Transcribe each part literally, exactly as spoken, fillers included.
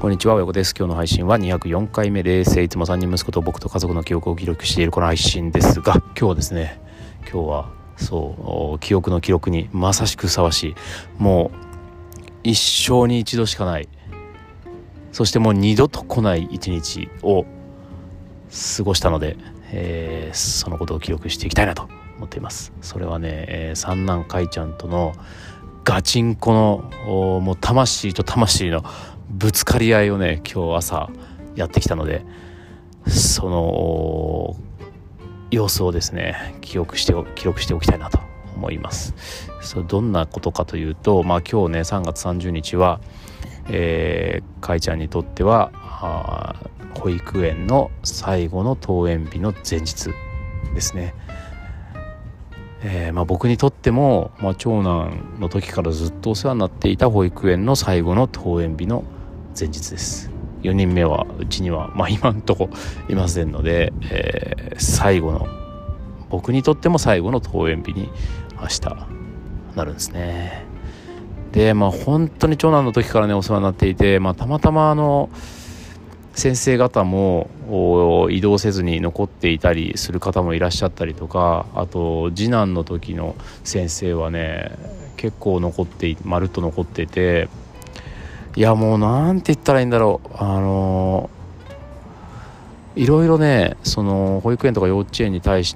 こんにちは、親子です。今日の配信はにひゃくよんかいめです。いつもさんにん息子と僕と家族の記憶を記録しているこの配信ですが、今日はですね今日はそう記憶の記録にまさしくふさわしい、もう一生に一度しかない、そしてもう二度と来ない一日を過ごしたので、えー、そのことを記録していきたいなと思っています。それはね、えー、三男かいちゃんとのガチンコのもう魂と魂のぶつかり合いをね今日朝やってきたので、その様子をですね記憶して記録しておきたいなと思います。それどんなことかというと、まあ今日ねさんがつさんじゅうにちは、えー、かいちゃんにとっては保育園の最後の登園日の前日ですね。えーまあ、僕にとっても、まあ、長男の時からずっとお世話になっていた保育園の最後の登園日の前日です。よにんめはうちには、まあ、今のとこいませんので、えー、最後の僕にとっても最後の登園日に明日なるんですね。でまあ本当に長男の時からねお世話になっていて、まあ、たまたまあの先生方も移動せずに残っていたりする方もいらっしゃったりとか、あと次男の時の先生はね結構残ってまるっと残っていて、いやもうなんて言ったらいいんだろう、あのいろいろねその保育園とか幼稚園に対して、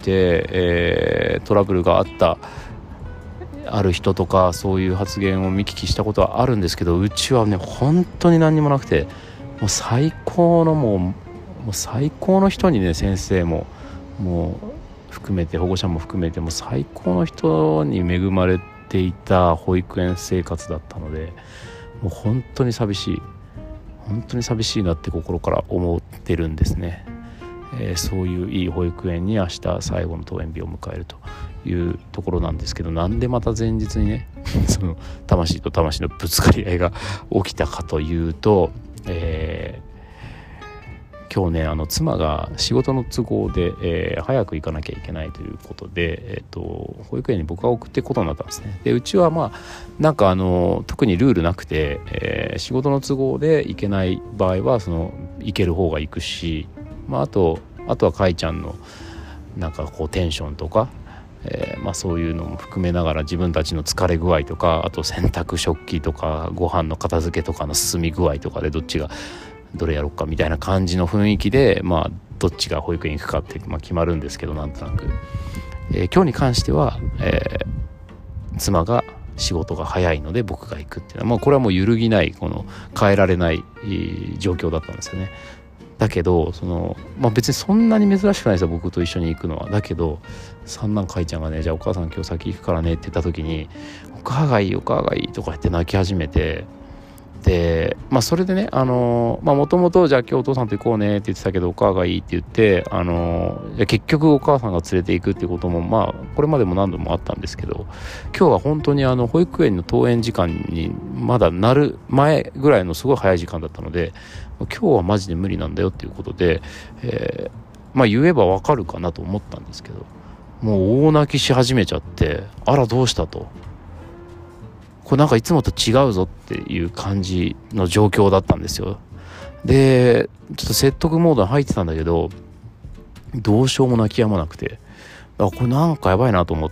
えー、トラブルがあったある人とかそういう発言を見聞きしたことはあるんですけど、うちはね本当に何にもなくて、もう最高のもう、もう最高の人にね先生ももう含めて保護者も含めてもう最高の人に恵まれていた保育園生活だったので、もう本当に寂しい本当に寂しいなって心から思ってるんですね。えー、そういういい保育園に明日最後の登園日を迎えるというところなんですけど、なんでまた前日にねその魂と魂のぶつかり合いが起きたかというと、えー、今日ねあの妻が仕事の都合で、えー、早く行かなきゃいけないということで、えー、と保育園に僕が送っていくことになったんですね。でうちはまあなんかあの特にルールなくて、えー、仕事の都合で行けない場合はその行ける方が行くし、まあ、あとあとはかいちゃんのなんかこうテンションとか、えーまあ、そういうのも含めながら自分たちの疲れ具合とか、あと洗濯食器とかご飯の片付けとかの進み具合とかでどっちがどれやろうかみたいな感じの雰囲気で、まあ、どっちが保育園行くかって、まあ、決まるんですけど、なんとなく、えー、今日に関しては、えー、妻が仕事が早いので僕が行くっていうのはもうこれはもう揺るぎないこの変えられない状況だったんですよね。だけどその、まあ、別にそんなに珍しくないですよ僕と一緒に行くのは。だけど三男かいちゃんがねじゃあお母さん今日先行くからねって言った時にお母がいいお母がいいとか言って泣き始めて、でまあそれでねあのまあもともとじゃあ今日お父さんと行こうねって言ってたけどお母がいいって言ってあの結局お母さんが連れて行くっていうこともまあこれまでも何度もあったんですけど、今日は本当にあの保育園の登園時間にまだなる前ぐらいのすごい早い時間だったので、今日はマジで無理なんだよっていうことで、えー、まあ言えばわかるかなと思ったんですけど、もう大泣きし始めちゃって、あらどうしたと、これなんかいつもと違うぞっていう感じの状況だったんですよ。でちょっと説得モードに入ってたんだけどどうしようも泣き止まなくて、あこれなんかやばいなと思って、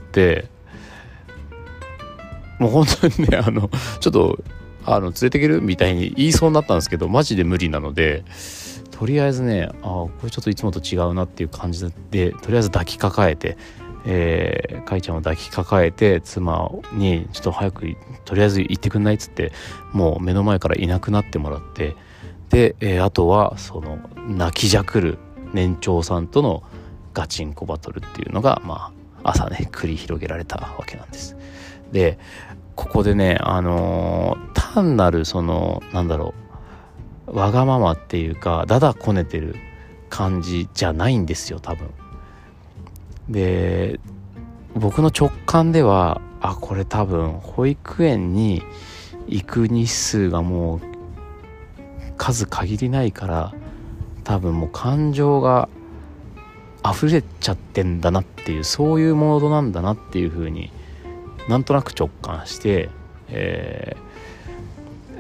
もう本当にねあのちょっとあの連れてけるみたいに言いそうになったんですけどマジで無理なので、とりあえずねあこれちょっといつもと違うなっていう感じでとりあえず抱きかかえて、えー、かいちゃんを抱きかかえて妻にちょっと早くとりあえず行ってくんないっつってもう目の前からいなくなってもらって、で、えー、あとはその泣きじゃくる年長さんとのガチンコバトルっていうのがまあ朝ね繰り広げられたわけなんです。でここでねあのー、単なるそのなんだろうわがままっていうかだだこねてる感じじゃないんですよ多分。で僕の直感ではあこれ多分保育園に行く日数がもう数限りないから多分もう感情が溢れちゃってんだなっていう、そういうモードなんだなっていう風になんとなく直感して、え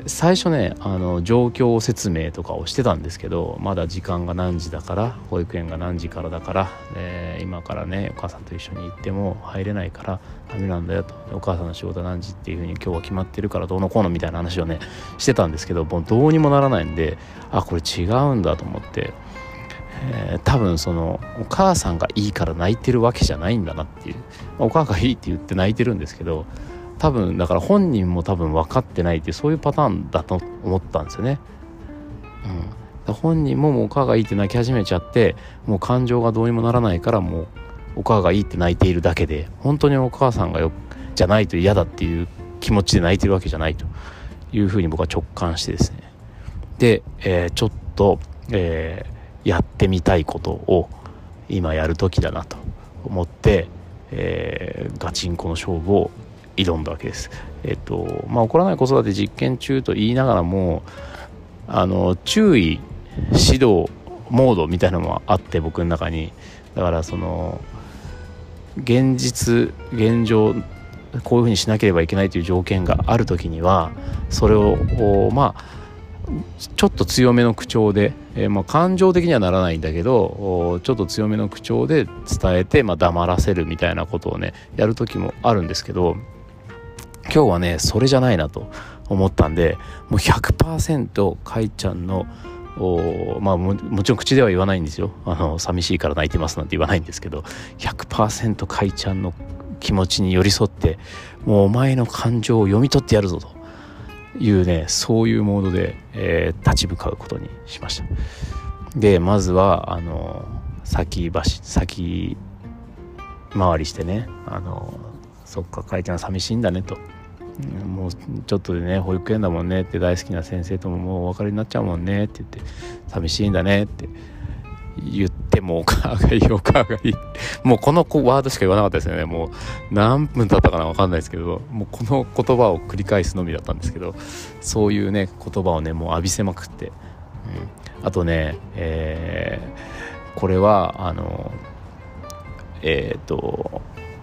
最初ねあの状況説明とかをしてたんですけど、まだ時間が何時だから保育園が何時からだから、えー、今からねお母さんと一緒に行っても入れないからダメなんだよと、お母さんの仕事は何時っていう風に今日は決まってるからどうのこうのみたいな話をねしてたんですけど、もうどうにもならないんで、あこれ違うんだと思って、えー、多分そのお母さんがいいから泣いてるわけじゃないんだなっていう、お母がいいって言って泣いてるんですけど、多分だから本人も多分分かってないっていう、そういうパターンだと思ったんですよね。うん、本人ももうお母がいいって泣き始めちゃって、もう感情がどうにもならないからもうお母がいいって泣いているだけで、本当にお母さんがよじゃないと嫌だっていう気持ちで泣いてるわけじゃないというふうに僕は直感してですね、で、えー、ちょっと、えー、やってみたいことを今やる時だなと思って、えー、ガチンコの勝負を挑んだわけです。えっとまあ怒らない子育て実験中と言いながらも、あの注意指導モードみたいなのもあって、僕の中にだからその現実現状こういうふうにしなければいけないという条件があるときには、それをまあちょっと強めの口調で、えー、まあ感情的にはならないんだけどちょっと強めの口調で伝えて、まあ、黙らせるみたいなことをねやるときもあるんですけど、今日はねそれじゃないなと思ったんで、もう ひゃくパーセント かいちゃんのまあ も, もちろん口では言わないんですよ、あの寂しいから泣いてますなんて言わないんですけど、 ひゃくパーセント かいちゃんの気持ちに寄り添って、もうお前の感情を読み取ってやるぞというね、そういうモードで、えー、立ち向かうことにしました。でまずはあの先走先回りしてね、あのそっかかいちゃん寂しいんだねと、もうちょっとでね保育園だもんねって、大好きな先生とももうお別れになっちゃうもんねって言って、寂しいんだねって言っても、お母がいいお母がいいもうこのワードしか言わなかったですよね。もう何分経ったかな分かんないですけど、もうこの言葉を繰り返すのみだったんですけど、そういうね言葉をねもう浴びせまくって、うん、あとね、えー、これはあのえっ、ー、と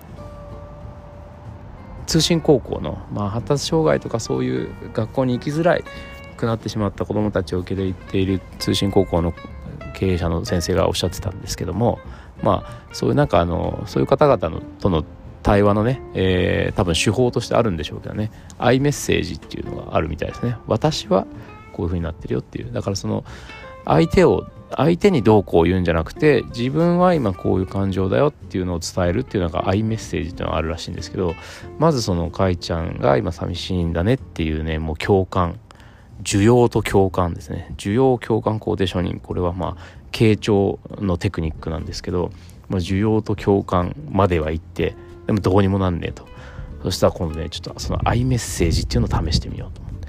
通信高校の、まあ、発達障害とかそういう学校に行きづらいくなってしまった子どもたちを受け入れている通信高校の経営者の先生がおっしゃってたんですけども、まあそういうなんかあのそういう方々のとの対話のね、えー、多分手法としてあるんでしょうけどね、アイメッセージっていうのがあるみたいですね。私はこういう風になってるよっていう、だからその相手を相手にどうこう言うんじゃなくて、自分は今こういう感情だよっていうのを伝えるっていうのがアイメッセージっていうのがあるらしいんですけど、まずそのかいちゃんが今寂しいんだねっていうね、もう共感、需要と共感ですね。需要共感肯定承認、これはまあ傾聴のテクニックなんですけど、まあ、需要と共感までは行って、でもどうにもなんねえと。そしたら今度ねちょっとそのアイメッセージっていうのを試してみようと思って、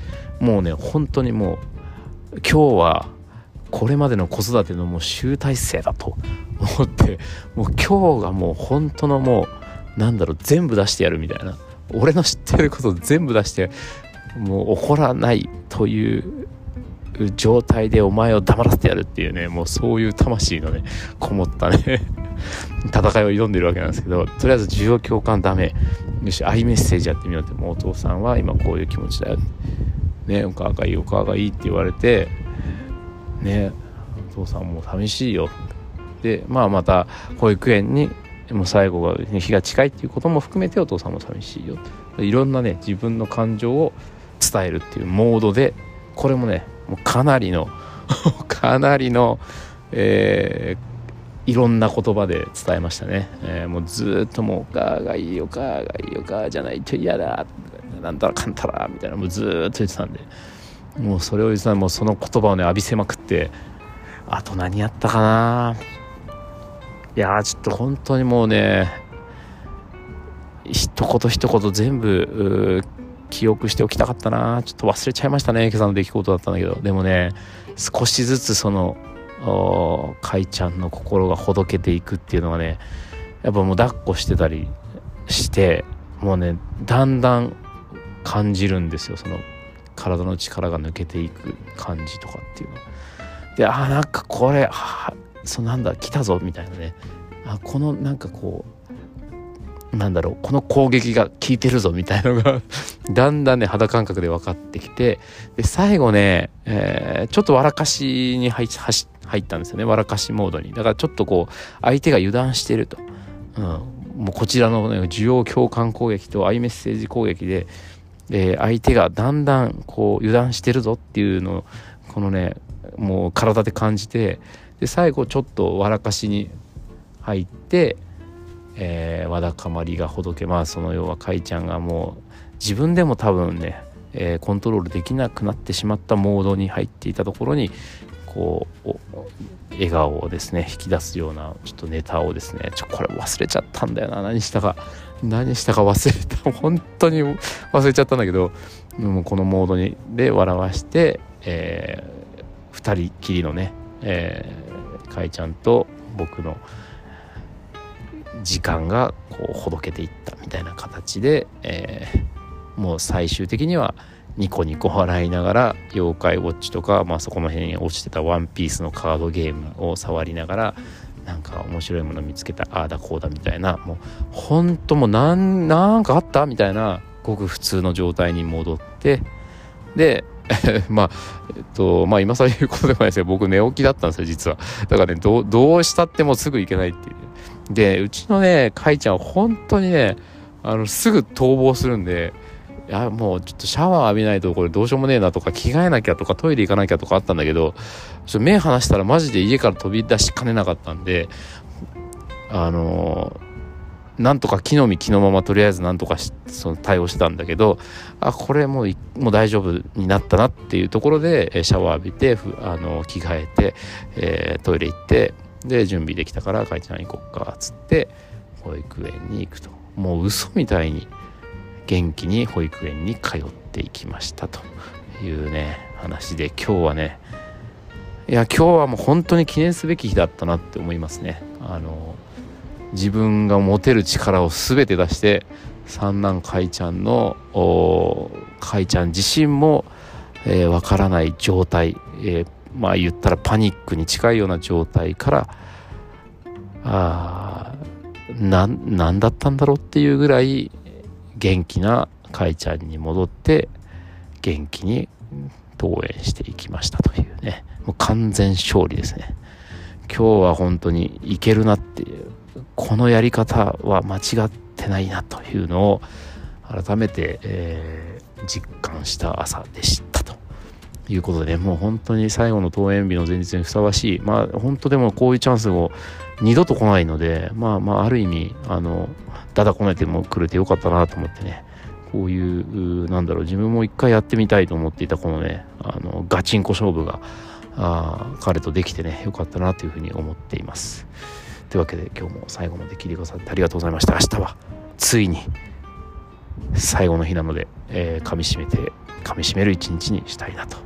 もうね本当にもう今日はこれまでの子育てのもう集大成だと思って、もう今日がもう本当のもうなんだろう全部出してやるみたいな、俺の知ってること全部出してもう怒らないという状態でお前を黙らせてやるっていうね、もうそういう魂のねこもったね戦いを挑んでるわけなんですけど、とりあえず需要共感ダメ、よしアイメッセージやってみようって、もうお父さんは今こういう気持ちだよね、お母がいいお母がいいって言われてね、お父さんもう寂しいよで、まあまた保育園にもう最後が日が近いっていうことも含めてお父さんも寂しいよ、いろんなね自分の感情を伝えるっていうモードで、これもねもうかなりのかなりの、えー、いろんな言葉で伝えましたね、えー、もうずっともうお母がいいお母がいいお母じゃないと嫌だなんたらかんたらみたいな、もうずっと言ってたんで、もうそれを言ってたらもうその言葉をね浴びせまくって、あと何やったかな、いやーちょっと本当にもうね一言一言全部記憶しておきたかったな、ちょっと忘れちゃいましたね、今朝の出来事だったんだけど、でもね少しずつそのかいちゃんの心がほどけていくっていうのがね、やっぱもう抱っこしてたりしてもうねだんだん感じるんですよ、その体の力が抜けていく感じとかっていうので、あなんかこれあそうなんだ来たぞみたいなね、あこのなんかこなんだろうこの攻撃が効いてるぞみたいなのがだんだんね肌感覚で分かってきて、で最後ね、えー、ちょっと笑かしに入入ったんですよね。笑かしモードに。だからちょっとこう相手が油断してると、うん、もうこちらの、ね、需要共感攻撃とアイメッセージ攻撃で、えー、相手がだんだんこう油断してるぞっていうのをこのねもう体で感じて、で最後ちょっと笑かしに入って、えー、わだかまりがほどけ、まあその要はかいちゃんがもう自分でも多分ね、えー、コントロールできなくなってしまったモードに入っていたところにこう笑顔をですね引き出すようなちょっとネタをですね、ちょこれ忘れちゃったんだよな、何したか何したか忘れた本当に忘れちゃったんだけど、もうこのモードにで笑わして、えー、ふたりきりのね、えー、かいちゃんと僕の時間がこうほどけていったみたいな形で、えー、もう最終的にはニコニコ笑いながら妖怪ウォッチとか、まあ、そこの辺に落ちてたワンピースのカードゲームを触りながらなんか面白いもの見つけた、ああだこうだみたいな、もうほんともうなんなんかあったみたいなごく普通の状態に戻って、でまあえっとまあ今更言うことでもないですけど、僕寝起きだったんですよ実は。だからね ど, どうしたってもうすぐ行けないっていう。でうちのねかいちゃんは本当にねあのすぐ逃亡するんで、いやもうちょっとシャワー浴びないとこれどうしようもねえなとか、着替えなきゃとかトイレ行かなきゃとかあったんだけど、ちょっと目離したらマジで家から飛び出しかねなかったんで、あのー、なんとか木の実木のままとりあえずなんとかしその対応してたんだけど、あこれもうもう大丈夫になったなっていうところでシャワー浴びてあの着替えて、えー、トイレ行ってで準備できたからかいちゃん行こっかっつって保育園に行くと、もう嘘みたいに元気に保育園に通っていきましたというね話で、今日はねいや今日はもう本当に記念すべき日だったなって思いますね。あの自分が持てる力を全て出して三男かいちゃんのかいちゃん自身もわ、えー、からない状態、えー、まあ言ったらパニックに近いような状態からあななんだったんだろうっていうぐらい元気なかいちゃんに戻って元気に登園していきましたというね、もう完全勝利ですね。今日は本当にいけるなっていう、このやり方は間違ってないなというのを改めて、えー、実感した朝でしたということでね、もう本当に最後の登園日の前日にふさわしい、まあ本当でもこういうチャンスも二度と来ないので、まあまあある意味あのだだこねてもくれてよかったなと思ってね、こういうなんだろう自分も一回やってみたいと思っていたこのねあのガチンコ勝負があ彼とできてねよかったなというふうに思っています。というわけで今日も最後まで聞いてくださってありがとうございました。明日はついに最後の日なので、えー、噛み締めて噛み締める一日にしたいなと